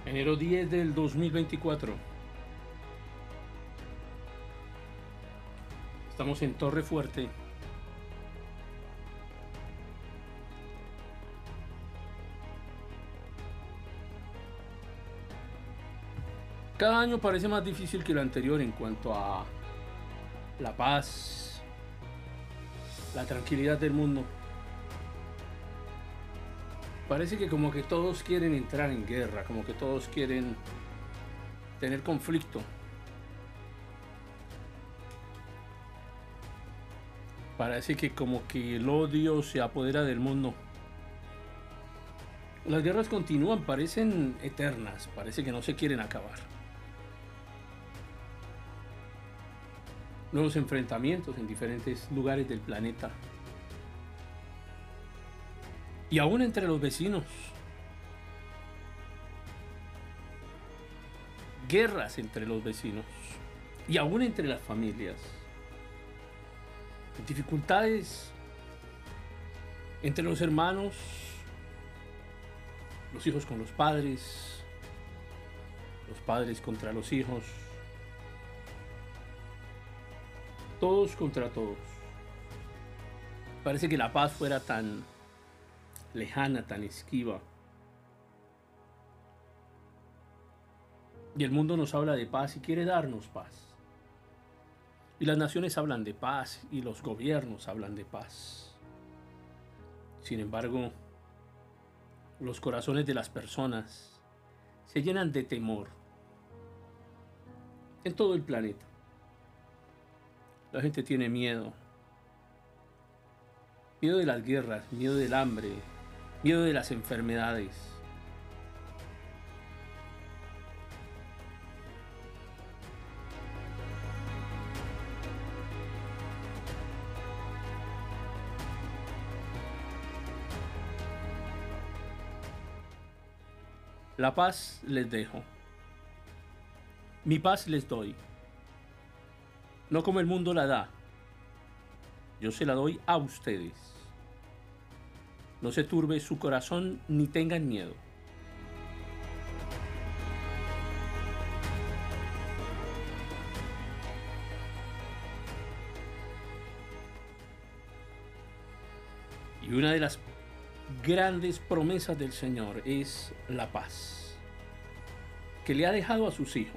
Enero 10 del 2024. Estamos en Torre Fuerte. Cada año parece más difícil que el anterior en cuanto a la paz, la tranquilidad del mundo. Parece que como que todos quieren entrar en guerra, como que todos quieren tener conflicto. Parece que como que el odio se apodera del mundo. Las guerras continúan, parecen eternas, parece que no se quieren acabar. Nuevos enfrentamientos en diferentes lugares del planeta. Y aún entre los vecinos. Guerras entre los vecinos. Y aún entre las familias. Dificultades entre los hermanos, los hijos con los padres contra los hijos, todos contra todos. Parece que la paz fuera tan lejana, tan esquiva. Y el mundo nos habla de paz y quiere darnos paz. Y las naciones hablan de paz y los gobiernos hablan de paz. Sin embargo, los corazones de las personas se llenan de temor en todo el planeta. La gente tiene miedo. Miedo de las guerras, miedo del hambre, miedo de las enfermedades. La paz les dejo. Mi paz les doy. No como el mundo la da. Yo se la doy a ustedes. No se turbe su corazón ni tengan miedo. Y una de las grandes promesas del Señor es la paz que le ha dejado a sus hijos,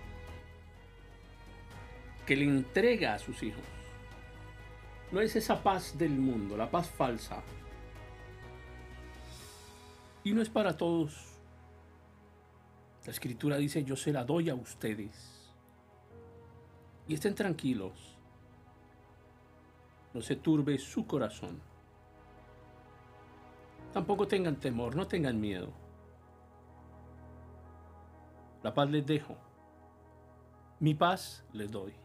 que le entrega a sus hijos. No es esa paz del mundo, la paz falsa. Y no es para todos. La Escritura dice: yo se la doy a ustedes. Y estén tranquilos. No se turbe su corazón. Tampoco tengan temor, no tengan miedo. La paz les dejo. Mi paz les doy.